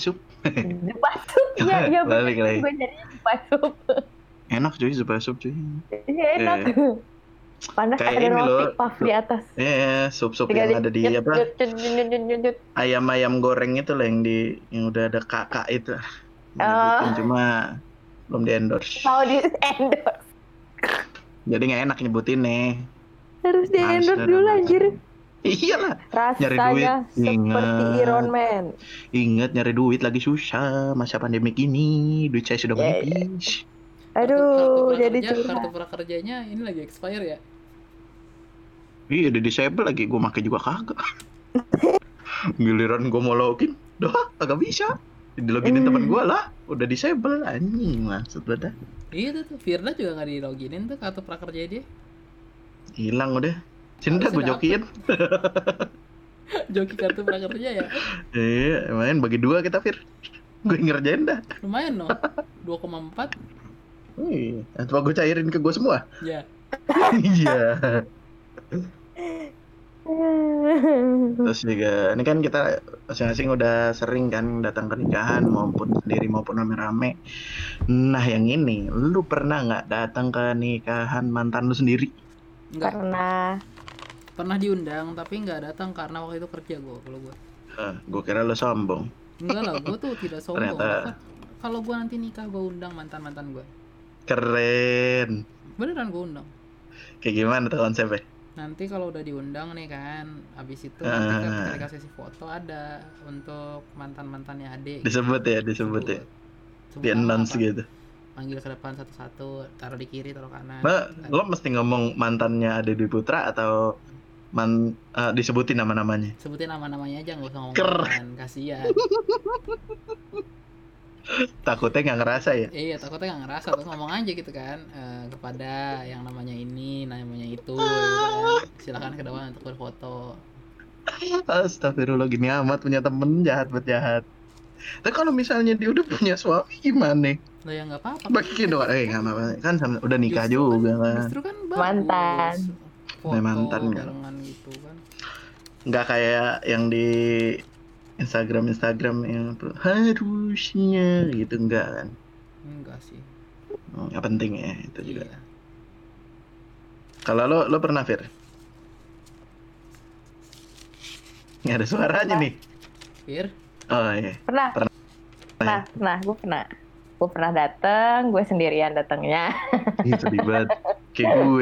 Iya balik lagi. Gue nyarinya sup. Enak cuy, sup cuy. Iya enak. Panas kayak ada roti puff di atas. Sup yang ada di apa? Ayam goreng itu lah yang udah ada kakak itu. Cuma belum di endorse. Mau di endorse. Jadi nggak enak nyebutin nih. Harus di endorse dulu anjir. Iyalah. Rasanya nyari duit seperti Iron Man. Ingat nyari duit lagi susah masa pandemi ini. Duit saya sudah menipis. Aduh, jadi kartu prakerjanya ini lagi expire ya? Iya, udah disable lagi. Gue pakai juga kagak. Giliran gue mau login, kagak bisa. Diloginin teman gue lah, udah disable anjing maksud lo dah. Iya tuh, Firda juga nggak diloginin tuh kartu prakerja dia. Hilang udah. Sini dah gue jokiin. Joki kartu prakerja ya? Iya, main bagi 2 kita Fir. Gue ngerjain dah. Lumayan loh, 2,4. Coba gue cairin ke gue semua. Iya. Iya. Terus juga ini kan kita masing-masing udah sering kan datang ke nikahan maupun sendiri maupun rame-rame. Nah yang ini, lu pernah nggak datang ke nikahan mantan lu sendiri? Enggak. Pernah diundang tapi nggak datang karena waktu itu kerja kalau gue. Gue kira lu sombong. Enggak lah, gue tuh tidak sombong. Ternyata... Kalau gue nanti nikah, gue undang mantan gue. Keren. Beneran gue undang. Kayak gimana tuh konsepnya? Nanti kalau udah diundang nih kan, abis itu nanti ketika sesi foto ada untuk mantannya adik. Disebut ya. Di announce gitu. Panggil ke depan satu-satu, taruh di kiri, taruh kanan. Lo mesti ngomong mantannya Ade Dwi Putra atau disebutin nama-namanya? Sebutin nama-namanya aja, nggak usah ngomong mantan, kasihan. Takutnya nggak ngerasa ya? Iya, takutnya nggak ngerasa. Terus ngomong aja gitu kan, kepada yang namanya ini, namanya itu, gitu kan. Silakan ke depan untuk berfoto. Astagfirullah, gini amat punya temen jahat. Tapi kalau misalnya dia udah punya suami gimana? Lo ya nggak apa-apa. Bagi dong, nggak apa-apa. Kan udah nikah justru juga kan. Justru kan bagus. Mantan. Foto mantan barengan gitu kan. Nggak kayak yang di Instagram yang harusnya gitu, enggak kan? Enggak sih. Nggak penting ya itu juga. Iya. Kalau lo pernah, Fir? Nggak ada suaranya nih. Fir? Oh iya. Pernah. Gue pernah dateng, gue sendirian datangnya. Ih, sedih banget. Kayak gue.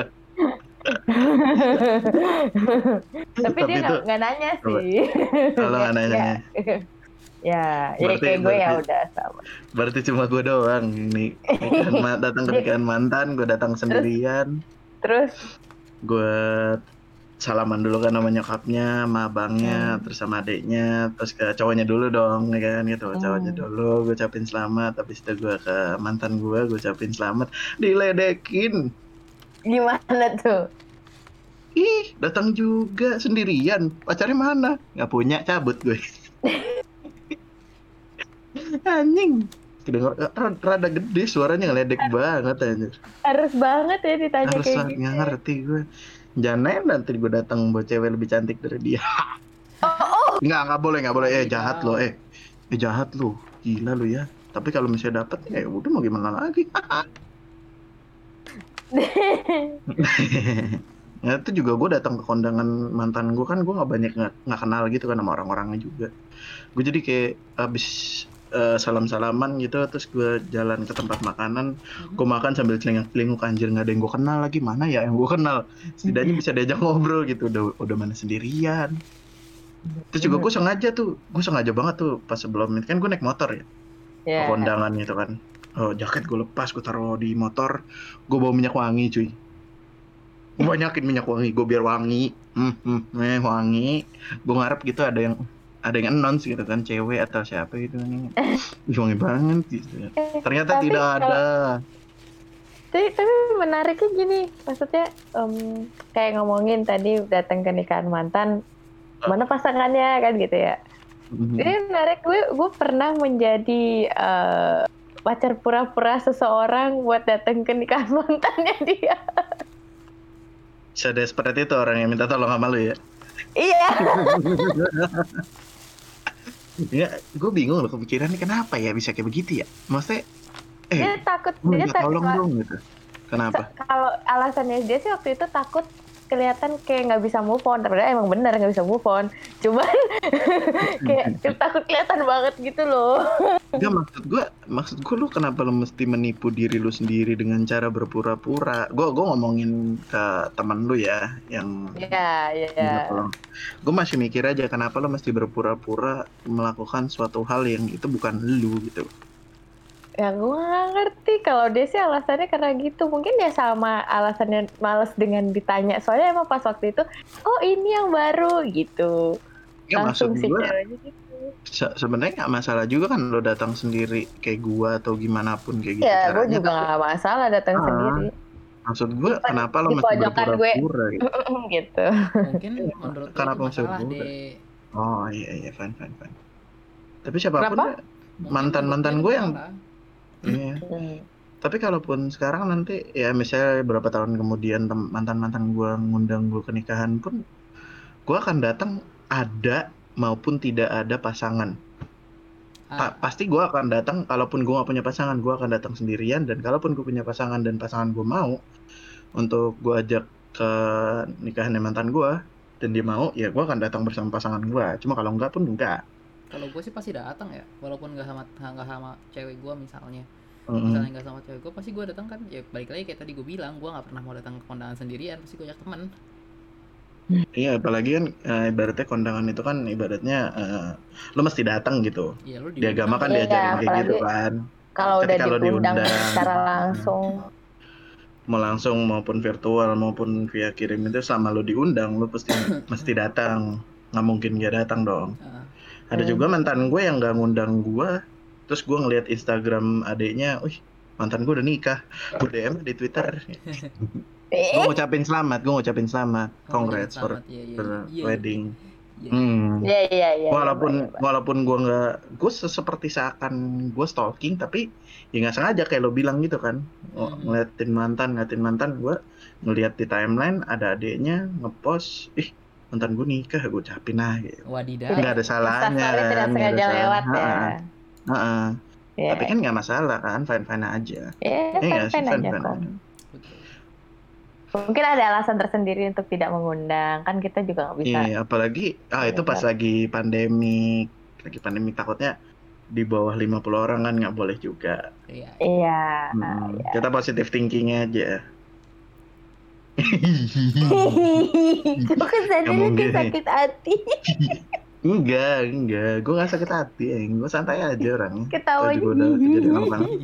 Tapi dia nggak nanya sih. Kalau nggak nanya. Ya kayak gue ya udah sama. Berarti cuma gue doang nih. Datang ke nikahan mantan, gue datang sendirian. Terus gue salaman dulu kan sama nyokapnya, sama abangnya, terus sama adiknya, terus ke cowoknya dulu dong, ya kan gitu. Cowoknya dulu, gue ucapin selamat. Habis itu gue ke mantan gue ucapin selamat. Diledekin. Gimana tuh? Ih, datang juga sendirian. Pacarnya mana? Nggak punya, cabut gue. Anjing. Rada gede suaranya, ngeledek banget anjir. Harus banget ya ditanya harus kayak gitu. Nggak ngerti gue. Jangan nanti gue datang buat cewek lebih cantik dari dia. Nggak boleh. Jahat lo. Jahat lo. Gila lo ya. Tapi kalau misalnya dapet ya udah mau gimana lagi. Ya itu juga gue datang ke kondangan mantan gue kan, gue nggak kenal gitu kan sama orang-orangnya juga. Gue jadi kayak abis salam-salaman gitu, terus gue jalan ke tempat makanan, gue makan sambil celingak-celinguk, anjir nggak ada yang gue kenal lagi, mana ya yang gue kenal, setidaknya bisa diajak ngobrol gitu, udah mana sendirian. Terus juga gue sengaja banget tuh pas sebelum itu kan gue naik motor ya ke kondangan itu kan. Jaket gue lepas, gue taruh di motor, gue bawa minyak wangi cuy. Gue banyakin minyak wangi, gue biar wangi, wangi. Gue ngarep gitu ada yang announce gitu kan, cewek atau siapa gitu kan. Wangi banget gitu. Ternyata tidak ada. Tapi menariknya gini, maksudnya kayak ngomongin tadi datang ke nikahan mantan, mana pasangannya kan gitu ya. Ini menarik, gue pernah menjadi pacar pura-pura seseorang buat datang ke nikahan mantannya dia. Sedesperate itu orang yang minta tolong sama lu ya? Iya. Ya, gue bingung loh kepikirannya kenapa ya bisa kayak begitu ya? Maksudnya, dia takut tolong dong gitu. Kenapa? Kalau alasannya dia sih waktu itu takut kelihatan kayak nggak bisa move on, padahal emang benar nggak bisa move on, cuman kayak takut kelihatan banget gitu loh. Enggak, maksud gue lu kenapa lu mesti menipu diri lu sendiri dengan cara berpura-pura? Gue ngomongin ke teman lu ya yang gue masih mikir aja kenapa lu mesti berpura-pura melakukan suatu hal yang itu bukan lu gitu. Ya gue gak ngerti, kalau dia sih alasannya karena gitu. Mungkin dia sama alasannya males dengan ditanya, soalnya emang pas waktu itu ini yang baru gitu. Ya maksud gue sebenarnya gak masalah juga kan lo datang sendiri kayak gue atau gimana pun kayak gitu. Ya gue juga gak masalah datang sendiri. Maksud gue kenapa lo mesti berpura-pura gitu. Mungkin menurut kenapa mesti berpura? Oh iya fine. Tapi siapapun mantan gue yang Tapi kalaupun sekarang nanti ya misalnya beberapa tahun kemudian mantan-mantan gue ngundang gue ke nikahan pun, gue akan datang ada maupun tidak ada pasangan. Pasti gue akan datang, kalaupun gue gak punya pasangan, gue akan datang sendirian. Dan kalaupun gue punya pasangan dan pasangan gue mau untuk gue ajak ke nikahan mantan gue dan dia mau, ya gue akan datang bersama pasangan gue. Cuma kalau enggak pun enggak. Kalau gue sih pasti datang ya, walaupun nggak sama cewek gue misalnya. Misalnya nggak sama cewek gue, pasti gue datang kan. Ya balik lagi kayak tadi gue bilang, gue nggak pernah mau datang ke kondangan sendirian, pasti gue ajak teman. Iya, apalagi kan ibaratnya kondangan itu kan ibaratnya lo mesti datang gitu. Iya, lo di agama kan diajarin kayak gitu kan. Kalau udah diundang secara langsung, mau langsung maupun virtual maupun via kirim itu, sama lo diundang lo mesti datang, nggak mungkin nggak datang dong. Ada juga mantan gue yang nggak ngundang gue, terus gue ngeliat Instagram adiknya, mantan gue udah nikah, gue DM di Twitter. Gue ngucapin selamat, congrats for wedding. Iya. Walaupun gue nggak, gue seperti seakan gue stalking, tapi ya nggak sengaja kayak lo bilang gitu kan, ngeliatin mantan, gue ngeliat di timeline ada adiknya ngepost, mantan gue nikah, gue ucapin gitu. Wadidaw. Nggak ada salahnya kan, tidak sengaja lewat ya. Tapi kan nggak masalah kan, fine aja. Fine aja kok. Mungkin ada alasan tersendiri untuk tidak mengundang, kan kita juga nggak bisa. Iya, apalagi itu pas lagi pandemi takutnya di bawah 50 orang kan nggak boleh juga. Iya. Kita positive thinking aja. Bukan sadar sakit hati. Enggak, gue nggak sakit hati, gue santai aja orangnya. Ketawa juga udah kejadian lama banget.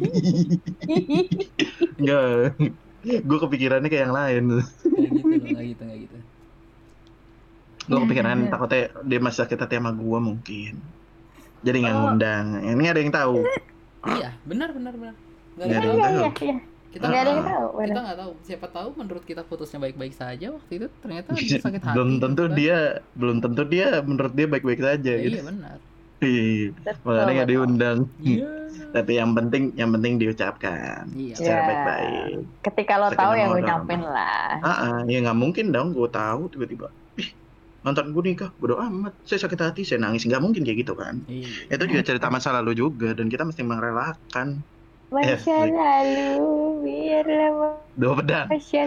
Enggak. Gue kepikirannya kayak yang lain. Nggak gitu. Gue kepikiran takutnya dia masih sakit hati sama gue mungkin, jadi nggak ngundang. Ini ada yang tahu. Iya, benar. Nggak ada yang tahu. Kita nggak ada yang tahu. Kita nggak tahu. Siapa tahu menurut kita putusnya baik-baik saja waktu itu, ternyata dia sakit hati. Belum tentu dia menurut dia baik-baik saja. Iya, benar. Makanya nggak diundang. Tapi yang penting diucapkan secara baik-baik. Ketika lo tahu ya ngucapin lah. Ya nggak mungkin dong gue tahu tiba-tiba mantan gue nikah, bodo amat, saya sakit hati, saya nangis, nggak mungkin kayak gitu kan. Itu juga cerita masa lalu juga, dan kita mesti merelakan masa lalu biarlah dua pedang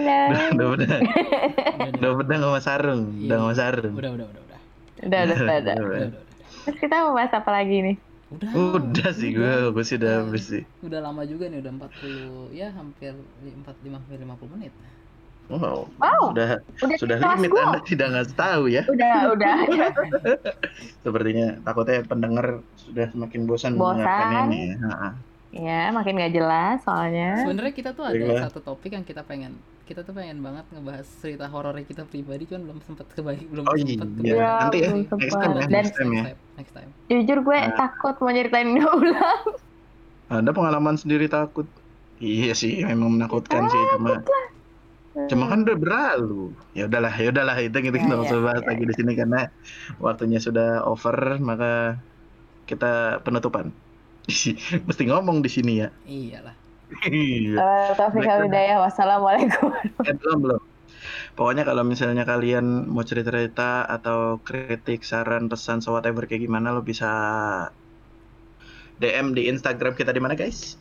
sama sarung. Udah. Terus kita mau bahas apa lagi nih? Udah sih, gue sih udah habis sih. Udah lama juga nih, udah 40 ya, hampir 50 menit. Wow. Sudah limit gua. Anda tidak ngasih tahu ya. Udah. Sepertinya takutnya pendengar sudah semakin bosan mendengarkan ini. Ya, makin nggak jelas soalnya. Sebenarnya kita tuh ada satu topik yang kita pengen banget ngebahas cerita horor kita pribadi, cuman belum sempat nanti ya, next time. Jujur gue takut mau nyeritain ulang. Ada pengalaman sendiri takut. Iya sih, memang menakutkan sih, cuma kan udah berlalu. Ya udahlah itu kita nggak usah bahas lagi di sini karena waktunya sudah over, maka kita penutupan. Mesti ngomong di sini ya. Iyalah. Taufiq Hidayah, wassalamualaikum. Belum. Pokoknya kalau misalnya kalian mau cerita atau kritik, saran, pesan, so whatever kayak gimana, lo bisa DM di Instagram kita di mana guys?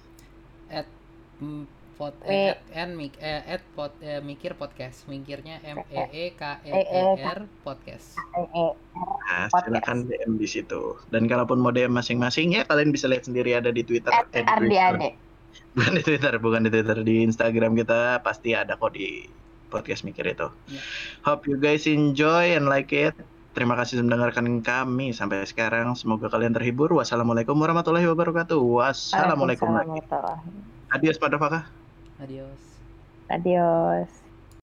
@mikir podcast, mikirnya MEEKER podcast. Nah, silakan DM di situ. Dan kalaupun mau DM masing-masing ya kalian bisa lihat sendiri, ada di Twitter. Bukan di Twitter, di Instagram kita pasti ada kok di podcast mikir itu. Hope you guys enjoy and like it. Terima kasih sudah mendengarkan kami sampai sekarang. Semoga kalian terhibur. Wassalamualaikum warahmatullahi wabarakatuh. Wassalamualaikum. Adios, Pak Dafaka. Adios.